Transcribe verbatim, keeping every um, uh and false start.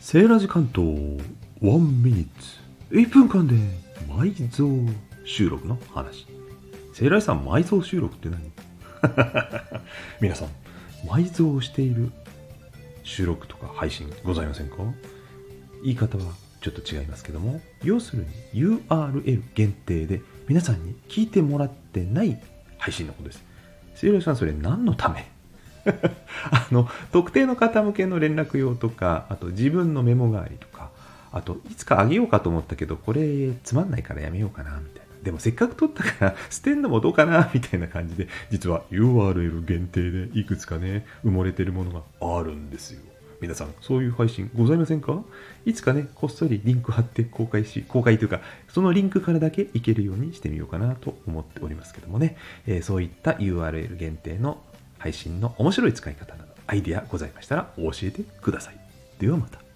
セーラジ関東ワンミニッツいっぷんかんで埋蔵収録の話。セーラジさん、埋蔵収録って何？皆さん、埋蔵している収録とか配信ございませんか？言い方はちょっと違いますけども、要するに ユーアールエル 限定で皆さんに聞いてもらってない配信のことです。セーラジさん、それ何のため？あの特定の方向けの連絡用とか、あと自分のメモ代わりとか、あといつかあげようかと思ったけどこれつまんないからやめようかなみたいな、でもせっかく取ったから捨てんのもどうかなみたいな感じで、実は ユーアールエル 限定でいくつかね埋もれてるものがあるんですよ。皆さん、そういう配信ございませんか？いつかね、こっそりリンク貼って公開し、公開というか、そのリンクからだけいけるようにしてみようかなと思っておりますけどもね、えー、そういった ユーアールエル 限定の配信の面白い使い方などアイディアございましたら教えてください。ではまた。